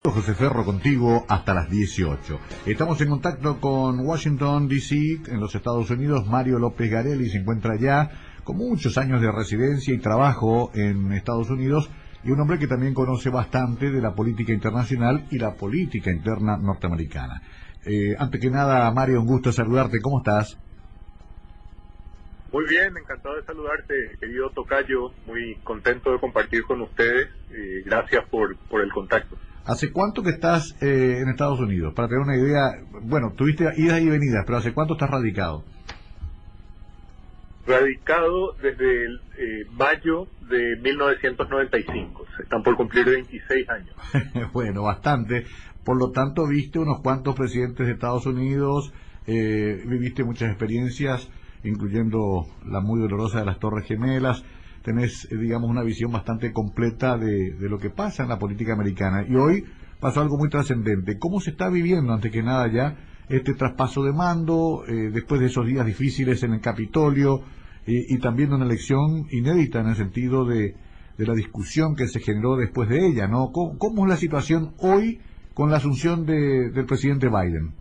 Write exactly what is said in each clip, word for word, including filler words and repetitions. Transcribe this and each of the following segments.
José Ferro contigo hasta las dieciocho. Estamos en contacto con Washington, D C, en los Estados Unidos. Mario López Garelli se encuentra allá con muchos años de residencia y trabajo en Estados Unidos, y un hombre que también conoce bastante de la política internacional y la política interna norteamericana. Eh, antes que nada, Mario, un gusto saludarte. ¿Cómo estás? Muy bien, encantado de saludarte, querido tocayo. Muy contento de compartir con ustedes. Eh, gracias por, por el contacto. ¿Hace cuánto que estás eh, en Estados Unidos? Para tener una idea, bueno, tuviste idas y venidas, pero ¿hace cuánto estás radicado? Radicado desde el, eh, mayo de mil novecientos noventa y cinco. Se están por cumplir veintiséis años. Bueno, bastante. Por lo tanto, viste unos cuantos presidentes de Estados Unidos, eh, viviste muchas experiencias, incluyendo la muy dolorosa de las Torres Gemelas. Tenés, eh, digamos, una visión bastante completa de, de lo que pasa en la política americana. Y hoy pasó algo muy trascendente. ¿Cómo se está viviendo, antes que nada, ya este traspaso de mando, eh, después de esos días difíciles en el Capitolio, eh, y también una elección inédita en el sentido de, de la discusión que se generó después de ella, ¿no? ¿Cómo, cómo es la situación hoy con la asunción de, del presidente Biden?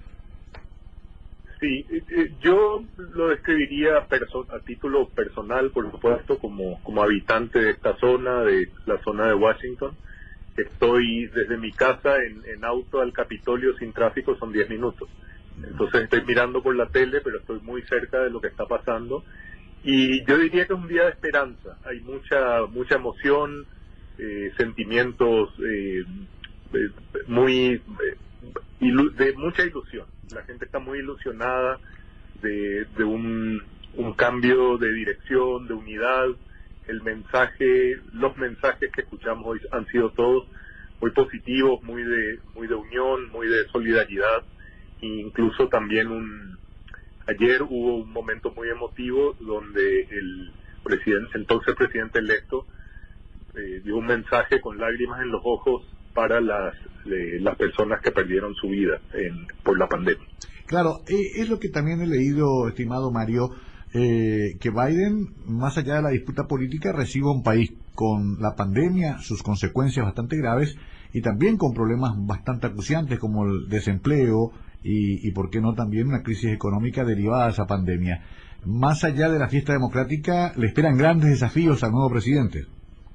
Sí, yo lo describiría a título personal, por supuesto, como, como habitante de esta zona, de la zona de Washington. Estoy desde mi casa en, en auto al Capitolio sin tráfico, son diez minutos. Entonces estoy mirando por la tele, pero estoy muy cerca de lo que está pasando. Y yo diría que es un día de esperanza. Hay mucha mucha emoción, eh, sentimientos eh, eh, muy... Eh, de mucha ilusión. La gente está muy ilusionada de, de un, un cambio de dirección, de unidad. El mensaje, los mensajes que escuchamos hoy han sido todos muy positivos, muy de muy de unión, muy de solidaridad. E incluso también un ayer hubo un momento muy emotivo donde el presidente, entonces presidente electo, eh, dio un mensaje con lágrimas en los ojos para las eh, las personas que perdieron su vida en, por la pandemia. Claro, eh, es lo que también he leído, estimado Mario, eh, que Biden, más allá de la disputa política, recibe un país con la pandemia, sus consecuencias bastante graves, y también con problemas bastante acuciantes como el desempleo y, y por qué no, también una crisis económica derivada de esa pandemia. Más allá de la fiesta democrática, le esperan grandes desafíos al nuevo presidente.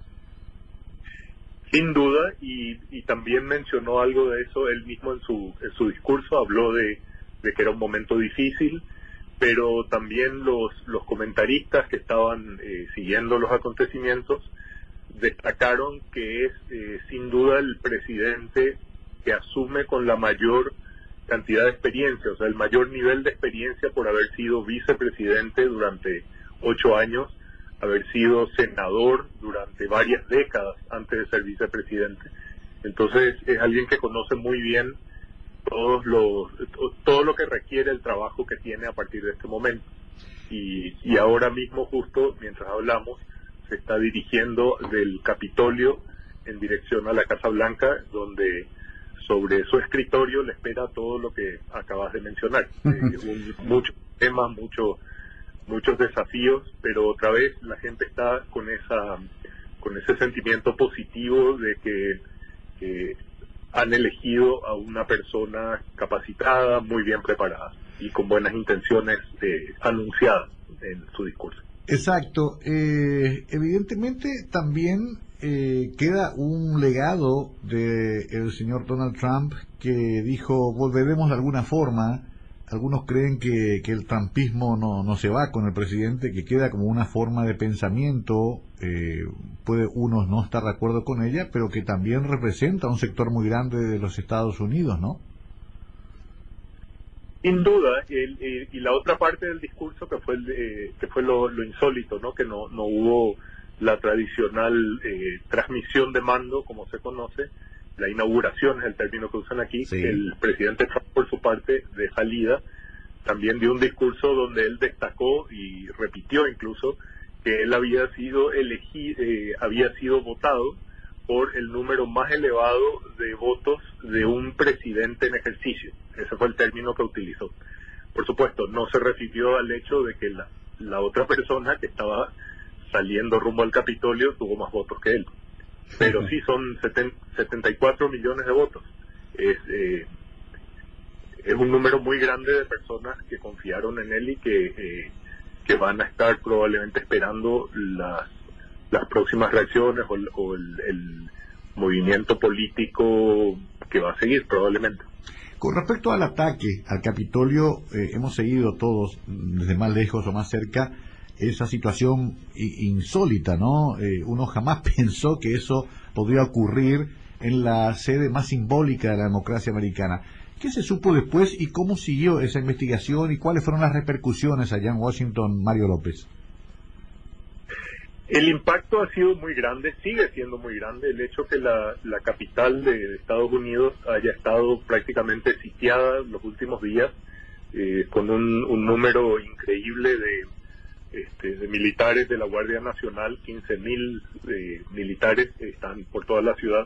Sin duda, y, y también mencionó algo de eso él mismo en su en su discurso. Habló de, de que era un momento difícil, pero también los los comentaristas que estaban eh, siguiendo los acontecimientos destacaron que es eh, sin duda el presidente que asume con la mayor cantidad de experiencia, o sea, el mayor nivel de experiencia por haber sido vicepresidente durante ocho años, haber sido senador durante varias décadas antes de ser vicepresidente. Entonces es alguien que conoce muy bien todos los, todo lo que requiere el trabajo que tiene a partir de este momento. Y, y ahora mismo, justo mientras hablamos, se está dirigiendo del Capitolio en dirección a la Casa Blanca, donde sobre su escritorio le espera todo lo que acabas de mencionar. Eh, un, muchos temas, mucho muchos desafíos, pero otra vez la gente está con esa con ese sentimiento positivo de que, que han elegido a una persona capacitada, muy bien preparada y con buenas intenciones eh, anunciadas en su discurso. Exacto. Eh, evidentemente también eh, queda un legado del señor Donald Trump, que dijo: volveremos de alguna forma. Algunos creen que, que el trumpismo no, no se va con el presidente, que queda como una forma de pensamiento, eh, puede uno no estar de acuerdo con ella, pero que también representa un sector muy grande de los Estados Unidos, ¿no? Sin duda, el, el, y la otra parte del discurso que fue el de, que fue lo, lo insólito, ¿no? Que no, no hubo la tradicional eh, transmisión de mando, como se conoce. La inauguración es el término que usan aquí. Sí. El presidente Trump, por su parte, de salida, también dio un discurso donde él destacó y repitió incluso que él había sido elegido, eh, había sido votado por el número más elevado de votos de un presidente en ejercicio. Ese fue el término que utilizó. Por supuesto, no se refirió al hecho de que la, la otra persona que estaba saliendo rumbo al Capitolio tuvo más votos que él. pero sí son setenta y cuatro millones de votos. Es, eh, es un número muy grande de personas que confiaron en él y que, eh, que van a estar probablemente esperando las, las próximas reacciones o, el, o el, el movimiento político que va a seguir probablemente. Con respecto al ataque al Capitolio, eh, hemos seguido todos, desde más lejos o más cerca, esa situación insólita, ¿no? Eh, uno jamás pensó que eso podría ocurrir en la sede más simbólica de la democracia americana. ¿Qué se supo después y cómo siguió esa investigación y cuáles fueron las repercusiones allá en Washington, Mario López? El impacto ha sido muy grande, sigue siendo muy grande. El hecho que la, la capital de Estados Unidos haya estado prácticamente sitiada los últimos días, eh, con un, un número increíble de, este, de militares de la Guardia Nacional, quince mil eh, militares están por toda la ciudad.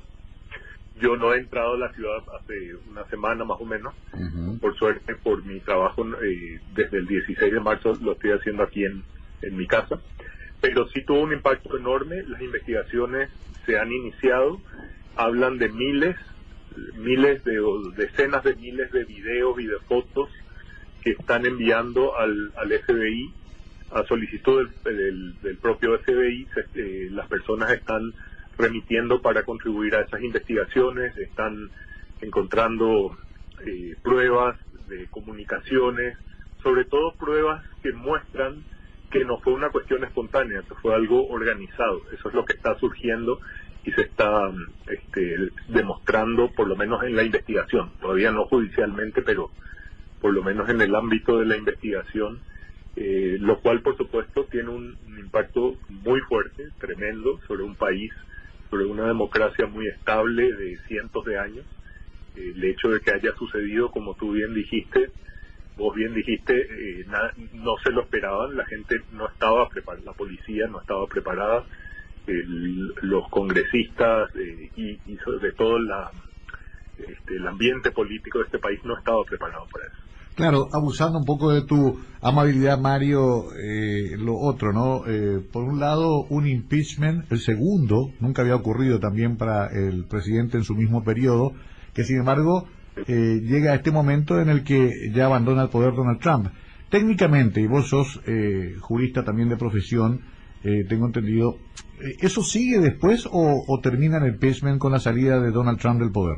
Yo no he entrado a la ciudad hace una semana más o menos. Uh-huh. Por suerte, por mi trabajo, eh, desde el dieciséis de marzo lo estoy haciendo aquí en, en mi casa. Pero sí tuvo un impacto enorme. Las investigaciones se han iniciado, hablan de miles, miles de, o decenas de miles de videos y de fotos que están enviando al, al F B I a solicitud del, del, del propio F B I. Eh, las personas están remitiendo para contribuir a esas investigaciones, están encontrando eh, pruebas de comunicaciones, sobre todo pruebas que muestran que no fue una cuestión espontánea, que fue algo organizado. Eso es lo que está surgiendo y se está este, demostrando, por lo menos en la investigación, todavía no judicialmente, pero por lo menos en el ámbito de la investigación, eh, lo cual por supuesto tiene un, un impacto muy fuerte, tremendo, sobre un país, sobre una democracia muy estable de cientos de años. Eh, el hecho de que haya sucedido, como tú bien dijiste, vos bien dijiste, eh, nada, no se lo esperaban, la gente no estaba preparada, la policía no estaba preparada, el, los congresistas eh, y, y sobre todo la, este, el ambiente político de este país no estaba preparado para eso. Claro, abusando un poco de tu amabilidad, Mario, eh, lo otro, ¿no? Eh, por un lado, un impeachment, el segundo, nunca había ocurrido también para el presidente en su mismo periodo, que sin embargo eh, llega a este momento en el que ya abandona el poder Donald Trump. Técnicamente, y vos sos eh, jurista también de profesión, eh, tengo entendido, ¿eso sigue después o, o termina el impeachment con la salida de Donald Trump del poder?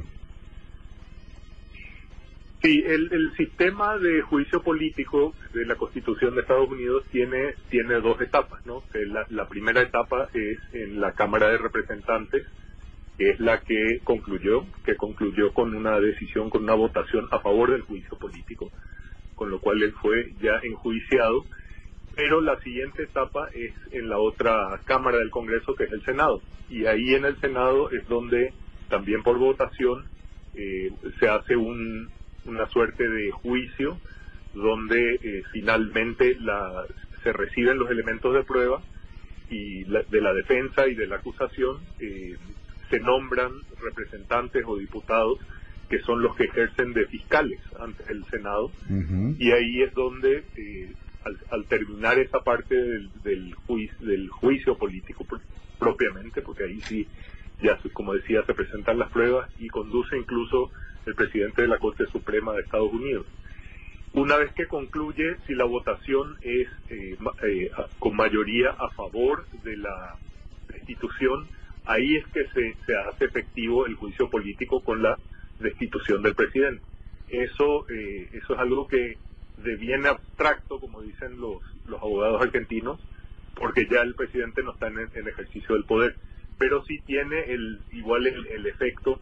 Sí, el, el sistema de juicio político de la Constitución de Estados Unidos tiene tiene dos etapas, ¿no? La, la primera etapa es en la Cámara de Representantes, que es la que concluyó, que concluyó con una decisión, con una votación a favor del juicio político, con lo cual él fue ya enjuiciado. Pero la siguiente etapa es en la otra Cámara del Congreso, que es el Senado. Y ahí en el Senado es donde también por votación eh, se hace un una suerte de juicio donde eh, finalmente la, se reciben los elementos de prueba y la, de la defensa y de la acusación, eh, se nombran representantes o diputados que son los que ejercen de fiscales ante el Senado. Uh-huh. Y ahí es donde eh, al, al terminar esa parte del, del, juicio, del juicio político pr- propiamente, porque ahí sí ya, como decía, se presentan las pruebas y conduce incluso el presidente de la Corte Suprema de Estados Unidos. Una vez que concluye, si la votación es eh, eh, con mayoría a favor de la destitución, ahí es que se, se hace efectivo el juicio político con la destitución del presidente. Eso eh, eso es algo que deviene abstracto, como dicen los, los abogados argentinos, porque ya el presidente no está en el, en ejercicio del poder, pero sí tiene el igual el, el efecto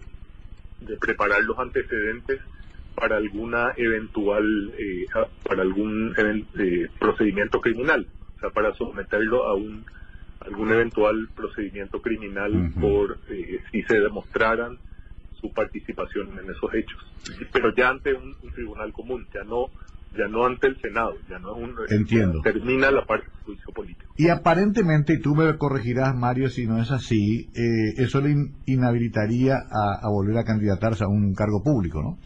de preparar los antecedentes para alguna eventual eh, para algún eh, procedimiento criminal, o sea, para someterlo a un algún eventual procedimiento criminal. Uh-huh. Por eh, si se demostraran su participación en esos hechos, pero ya ante un, un tribunal común, ya no ya no ante el Senado, ya no es un Entiendo. termina la parte del juicio político. Y aparentemente, y tú me corregirás, Mario, si no es así, eh, eso le in- inhabilitaría a, a volver a candidatarse a un cargo público, ¿no?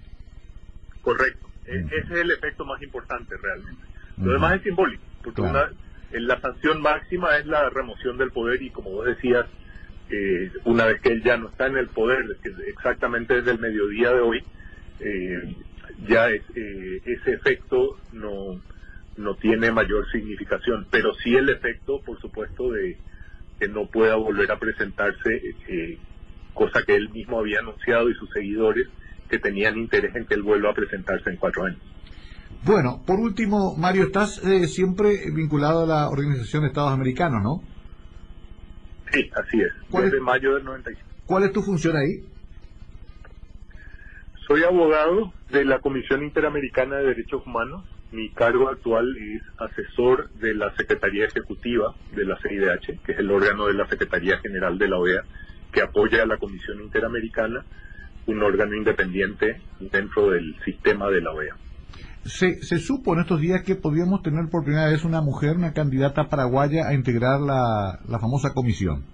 Correcto. Uh-huh. E- ese es el efecto más importante realmente. Lo uh-huh. demás es simbólico, porque claro. una, la sanción máxima es la remoción del poder y, como vos decías, eh, una vez que él ya no está en el poder, exactamente desde el mediodía de hoy, eh, ya es, eh, ese efecto no, no tiene mayor significación, pero sí el efecto, por supuesto, de que no pueda volver a presentarse, eh, cosa que él mismo había anunciado y sus seguidores que tenían interés en que él vuelva a presentarse en cuatro años. Bueno, por último, Mario, estás eh, siempre vinculado a la Organización de Estados Americanos, ¿no? Sí, así es, desde es, mayo del noventa y cinco. ¿Cuál es tu función ahí? Soy abogado de la Comisión Interamericana de Derechos Humanos. Mi cargo actual es asesor de la Secretaría Ejecutiva de la C I D H, que es el órgano de la Secretaría General de la O E A, que apoya a la Comisión Interamericana, un órgano independiente dentro del sistema de la O E A. Se, se supo en estos días que podíamos tener por primera vez una mujer, una candidata paraguaya a integrar la, la famosa comisión.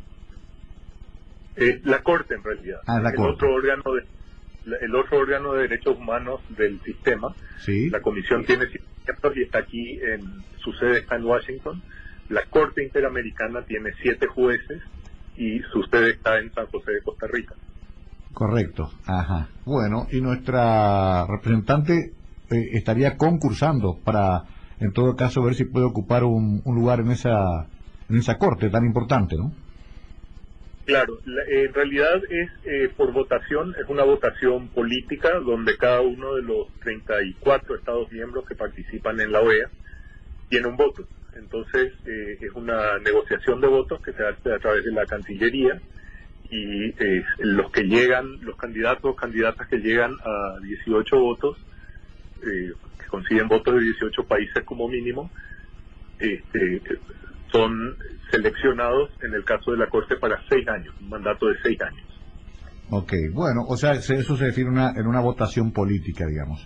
Eh, la Corte, en realidad. Ah, la el Corte. Otro órgano de, el otro órgano de derechos humanos del sistema. Sí. La comisión tiene cientos y está aquí, en su sede está en Washington. La Corte Interamericana tiene siete jueces y su sede está en San José de Costa Rica. Correcto. Ajá. Bueno, y nuestra representante eh, estaría concursando para, en todo caso, ver si puede ocupar un, un lugar en esa, en esa corte tan importante, ¿no? Claro, la, eh, en realidad es eh, por votación, es una votación política donde cada uno de los treinta y cuatro Estados miembros que participan en la O E A tiene un voto. Entonces eh, es una negociación de votos que se hace a través de la Cancillería y eh, los que llegan, los candidatos, candidatas que llegan a dieciocho votos, eh, que consiguen votos de dieciocho países como mínimo, este, son seleccionados en el caso de la Corte para seis años, un mandato de seis años. Ok, bueno, o sea, eso se define una, en una votación política, digamos.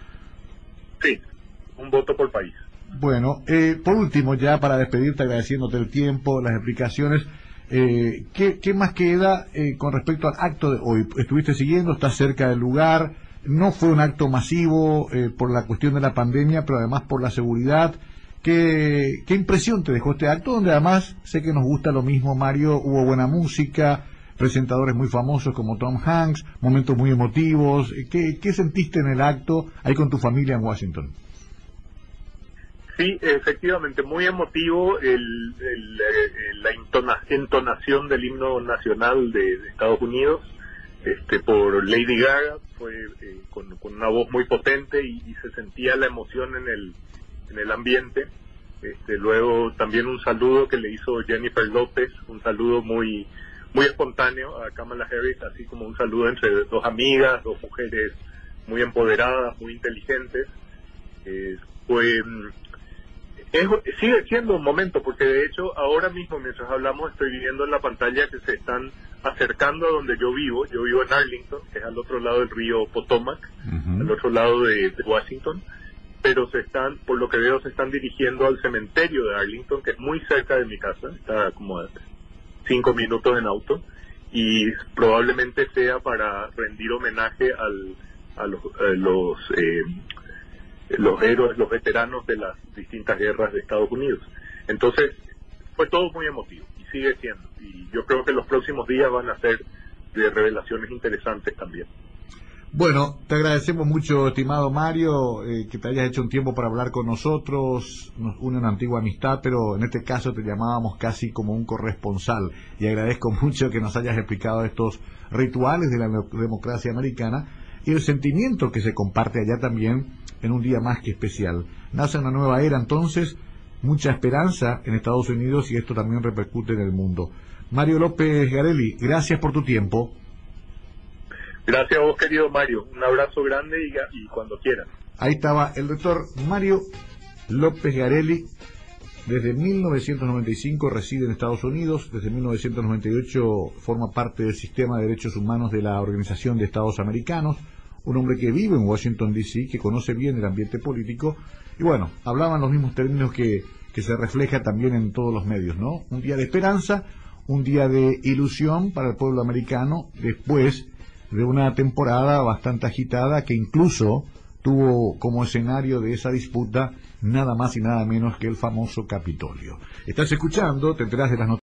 Sí, un voto por país. Bueno, eh, por último, ya para despedirte, agradeciéndote el tiempo, las explicaciones, eh, ¿qué, ¿qué más queda eh, con respecto al acto de hoy? ¿Estuviste siguiendo? ¿Estás cerca del lugar? No fue un acto masivo eh, por la cuestión de la pandemia, pero además por la seguridad. ¿Qué, ¿Qué impresión te dejó este acto? Donde además sé que nos gusta lo mismo, Mario, hubo buena música, presentadores muy famosos como Tom Hanks, momentos muy emotivos. ¿Qué, ¿Qué sentiste en el acto ahí con tu familia en Washington? Sí, efectivamente, muy emotivo el, el, el, la intona, entonación del himno nacional de, de Estados Unidos este, por Lady Gaga, fue eh, con, con una voz muy potente y, y se sentía la emoción en el en el ambiente. Este, luego también un saludo que le hizo Jennifer López, un saludo muy muy espontáneo a Kamala Harris, así como un saludo entre dos amigas, dos mujeres muy empoderadas, muy inteligentes. Eh, fue es, sigue siendo un momento, porque de hecho ahora mismo mientras hablamos estoy viendo en la pantalla que se están acercando a donde yo vivo. Yo vivo en Arlington, que es al otro lado del río Potomac, uh-huh. al otro lado de, de Washington, pero se están, por lo que veo, se están dirigiendo al cementerio de Arlington, que es muy cerca de mi casa, está como a cinco minutos en auto, y probablemente sea para rendir homenaje al, a los, a los, eh, los héroes, los veteranos de las distintas guerras de Estados Unidos. Entonces, fue todo muy emotivo, y sigue siendo, y yo creo que los próximos días van a ser de revelaciones interesantes también. Bueno, te agradecemos mucho, estimado Mario, eh, que te hayas hecho un tiempo para hablar con nosotros. Nos une una antigua amistad, pero en este caso te llamábamos casi como un corresponsal. Y agradezco mucho que nos hayas explicado estos rituales de la democracia americana y el sentimiento que se comparte allá también en un día más que especial. Nace una nueva era, entonces, mucha esperanza en Estados Unidos y esto también repercute en el mundo. Mario López Garelli, gracias por tu tiempo. Gracias a vos, querido Mario. Un abrazo grande y, y cuando quieras. Ahí estaba el doctor Mario López Garelli. Desde mil novecientos noventa y cinco reside en Estados Unidos. Desde mil novecientos noventa y ocho forma parte del sistema de derechos humanos de la Organización de Estados Americanos. Un hombre que vive en Washington, D C, que conoce bien el ambiente político. Y bueno, hablaban los mismos términos que, que se refleja también en todos los medios, ¿no? Un día de esperanza, un día de ilusión para el pueblo americano, después de una temporada bastante agitada que incluso tuvo como escenario de esa disputa nada más y nada menos que el famoso Capitolio. Estás escuchando, te enterás de las noticias.